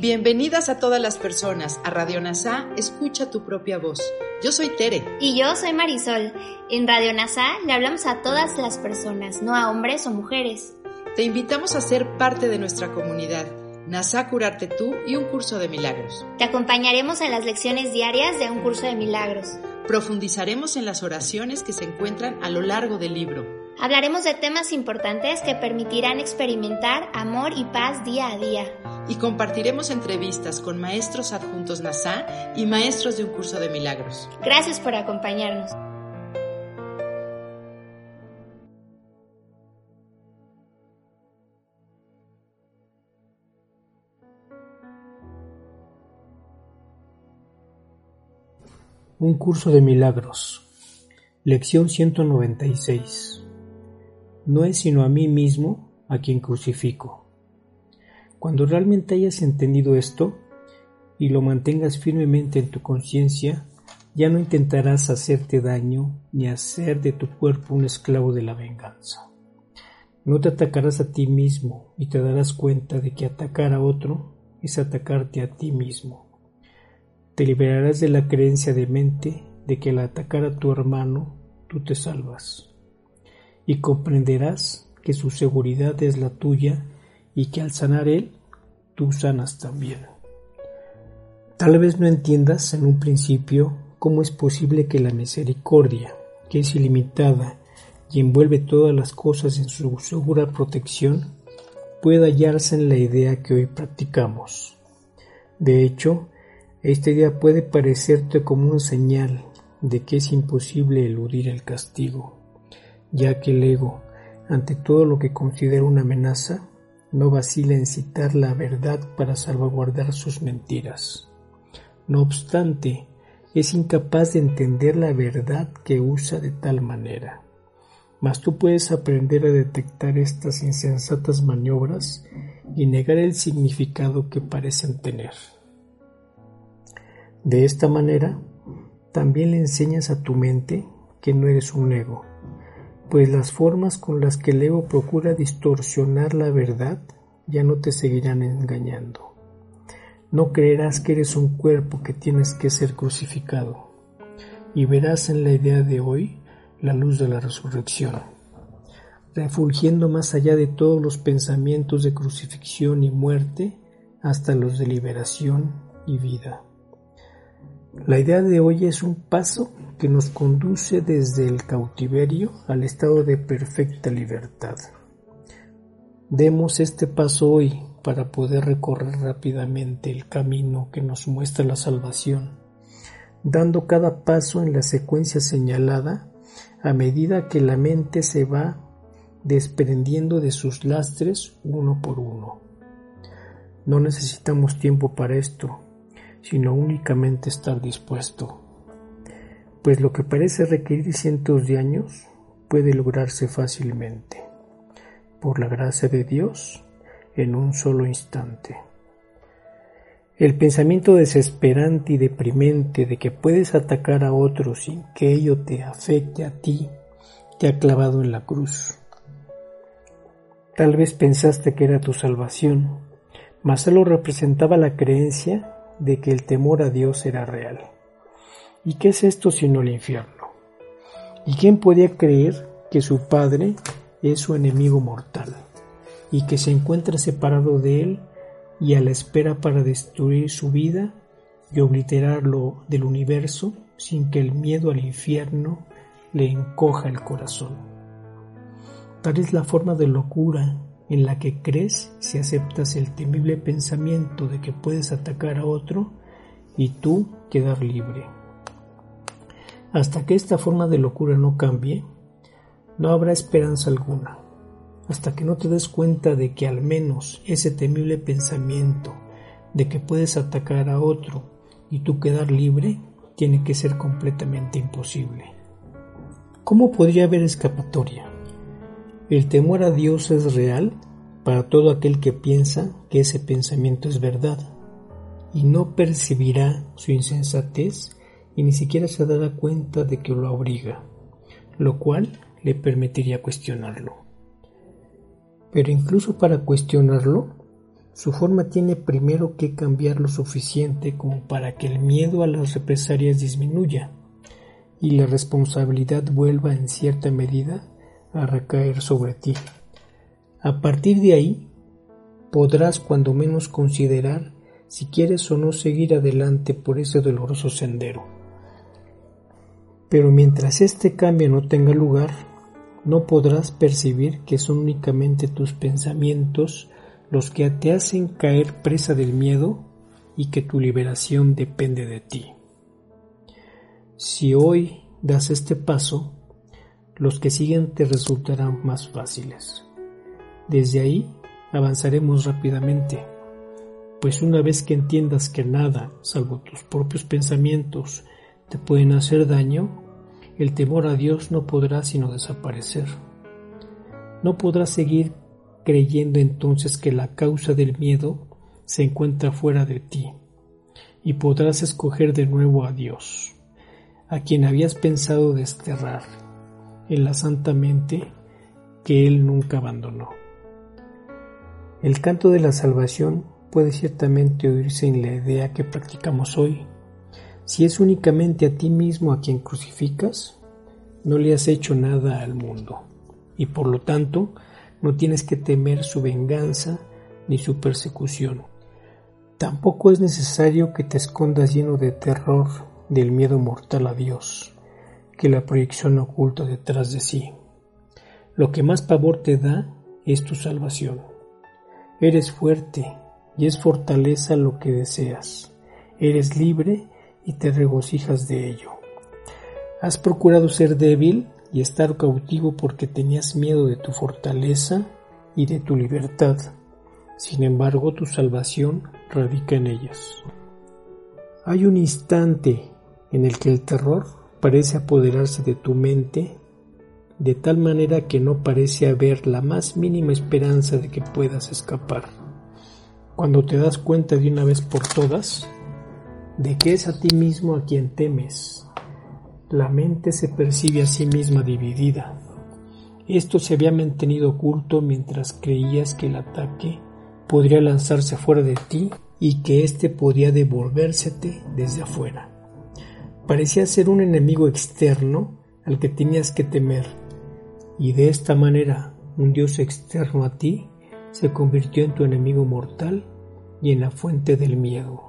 Bienvenidas a todas las personas a Radio NASA, escucha tu propia voz. Yo soy Tere. Y yo soy Marisol. En Radio NASA le hablamos a todas las personas, no a hombres o mujeres. Te invitamos a ser parte de nuestra comunidad, NASA Curarte Tú y un curso de milagros. Te acompañaremos en las lecciones diarias de un curso de milagros. Profundizaremos en las oraciones que se encuentran a lo largo del libro. Hablaremos de temas importantes que permitirán experimentar amor y paz día a día. Y compartiremos entrevistas con maestros adjuntos NASA y maestros de un curso de milagros. Gracias por acompañarnos. Un curso de milagros. Lección 196. No es sino a mí mismo a quien crucifico. Cuando realmente hayas entendido esto y lo mantengas firmemente en tu conciencia, ya no intentarás hacerte daño ni hacer de tu cuerpo un esclavo de la venganza. No te atacarás a ti mismo y te darás cuenta de que atacar a otro es atacarte a ti mismo. Te liberarás de la creencia de mente de que al atacar a tu hermano tú te salvas. Y comprenderás que su seguridad es la tuya y que al sanar él, tú sanas también. Tal vez no entiendas en un principio cómo es posible que la misericordia, que es ilimitada y envuelve todas las cosas en su segura protección, pueda hallarse en la idea que hoy practicamos. De hecho, esta idea puede parecerte como una señal de que es imposible eludir el castigo, ya que el ego, ante todo lo que considera una amenaza, no vacila en citar la verdad para salvaguardar sus mentiras. No obstante, es incapaz de entender la verdad que usa de tal manera. Mas tú puedes aprender a detectar estas insensatas maniobras y negar el significado que parecen tener. De esta manera, también le enseñas a tu mente que no eres un ego, pues las formas con las que el ego procura distorsionar la verdad ya no te seguirán engañando. No creerás que eres un cuerpo que tienes que ser crucificado, y verás en la idea de hoy la luz de la resurrección, refulgiendo más allá de todos los pensamientos de crucifixión y muerte hasta los de liberación y vida. La idea de hoy es un paso que nos conduce desde el cautiverio al estado de perfecta libertad. Demos este paso hoy para poder recorrer rápidamente el camino que nos muestra la salvación, dando cada paso en la secuencia señalada a medida que la mente se va desprendiendo de sus lastres uno por uno. No necesitamos tiempo para esto, sino únicamente estar dispuesto, pues lo que parece requerir cientos de años puede lograrse fácilmente, por la gracia de Dios, en un solo instante. El pensamiento desesperante y deprimente de que puedes atacar a otro sin que ello te afecte a ti, te ha clavado en la cruz. Tal vez pensaste que era tu salvación, mas solo representaba la creencia de que el temor a Dios era real. ¿Y qué es esto sino el infierno? ¿Y quién podía creer que su padre es su enemigo mortal y que se encuentra separado de él y a la espera para destruir su vida y obliterarlo del universo sin que el miedo al infierno le encoja el corazón? Tal es la forma de locura en la que crees si aceptas el temible pensamiento de que puedes atacar a otro y tú quedar libre. Hasta que esta forma de locura no cambie, no habrá esperanza alguna. Hasta que no te des cuenta de que al menos ese temible pensamiento de que puedes atacar a otro y tú quedar libre tiene que ser completamente imposible. ¿Cómo podría haber escapatoria? El temor a Dios es real para todo aquel que piensa que ese pensamiento es verdad y no percibirá su insensatez y ni siquiera se dará cuenta de que lo abriga, lo cual le permitiría cuestionarlo. Pero incluso para cuestionarlo, Su forma tiene primero que cambiar lo suficiente como para que el miedo a las represalias disminuya y la responsabilidad vuelva en cierta medida a recaer sobre ti. A partir de ahí, podrás cuando menos considerar si quieres o no seguir adelante por ese doloroso sendero. Pero mientras este cambio no tenga lugar, no podrás percibir que son únicamente tus pensamientos los que te hacen caer presa del miedo y que tu liberación depende de ti. Si hoy das este paso, los que siguen te resultarán más fáciles. Desde ahí avanzaremos rápidamente, pues una vez que entiendas que nada, salvo tus propios pensamientos, te pueden hacer daño, el temor a Dios no podrá sino desaparecer. No podrás seguir creyendo entonces que la causa del miedo se encuentra fuera de ti, y podrás escoger de nuevo a Dios, a quien habías pensado desterrar en la santa mente que Él nunca abandonó. El canto de la salvación puede ciertamente oírse en la idea que practicamos hoy. Si es únicamente a ti mismo a quien crucificas, no le has hecho nada al mundo, y por lo tanto no tienes que temer su venganza ni su persecución. Tampoco es necesario que te escondas lleno de terror del miedo mortal a Dios, que la proyección oculta detrás de sí. Lo que más pavor te da es tu salvación. Eres fuerte y es fortaleza lo que deseas. Eres libre y te regocijas de ello. Has procurado ser débil y estar cautivo porque tenías miedo de tu fortaleza y de tu libertad. Sin embargo, tu salvación radica en ellas. Hay un instante en el que el terror parece apoderarse de tu mente de tal manera que no parece haber la más mínima esperanza de que puedas escapar. Cuando te das cuenta de una vez por todas de que es a ti mismo a quien temes, la mente se percibe a sí misma dividida. Esto se había mantenido oculto mientras creías que el ataque podría lanzarse fuera de ti y que éste podía devolvérsete desde afuera. Parecía ser un enemigo externo al que tenías que temer, y de esta manera un Dios externo a ti se convirtió en tu enemigo mortal y en la fuente del miedo.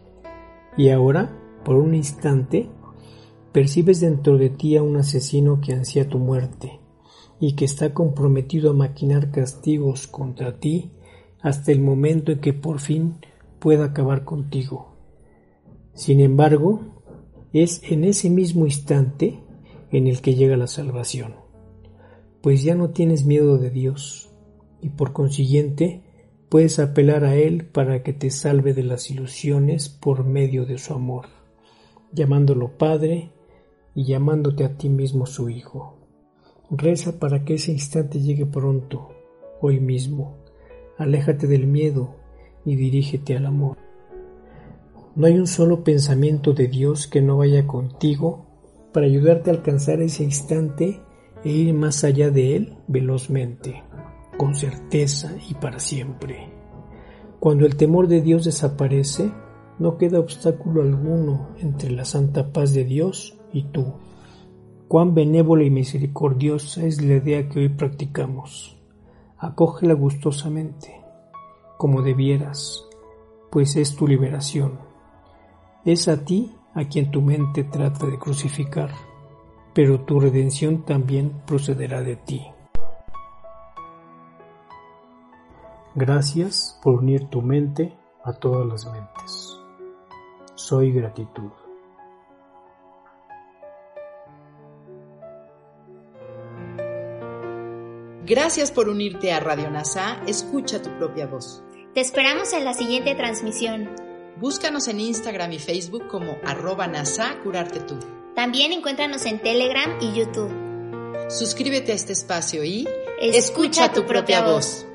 Y ahora, por un instante, percibes dentro de ti a un asesino que ansía tu muerte y que está comprometido a maquinar castigos contra ti hasta el momento en que por fin pueda acabar contigo. Sin embargo, es en ese mismo instante en el que llega la salvación, pues ya no tienes miedo de Dios y por consiguiente puedes apelar a Él para que te salve de las ilusiones por medio de su amor, llamándolo Padre y llamándote a ti mismo su Hijo. Reza para que ese instante llegue pronto, hoy mismo. Aléjate del miedo y dirígete al amor. No hay un solo pensamiento de Dios que no vaya contigo para ayudarte a alcanzar ese instante e ir más allá de él velozmente, con certeza y para siempre. Cuando el temor de Dios desaparece, no queda obstáculo alguno entre la santa paz de Dios y tú. Cuán benévola y misericordiosa es la idea que hoy practicamos. Acógela gustosamente, como debieras, pues es tu liberación. Es a ti a quien tu mente trata de crucificar, pero tu redención también procederá de ti. Gracias por unir tu mente a todas las mentes. Soy gratitud. Gracias por unirte a Radio NASA. Escucha tu propia voz. Te esperamos en la siguiente transmisión. Búscanos en Instagram y Facebook como @NASA Curarte Tú. También encuéntranos en Telegram y YouTube. Suscríbete a este espacio y escucha tu propia voz.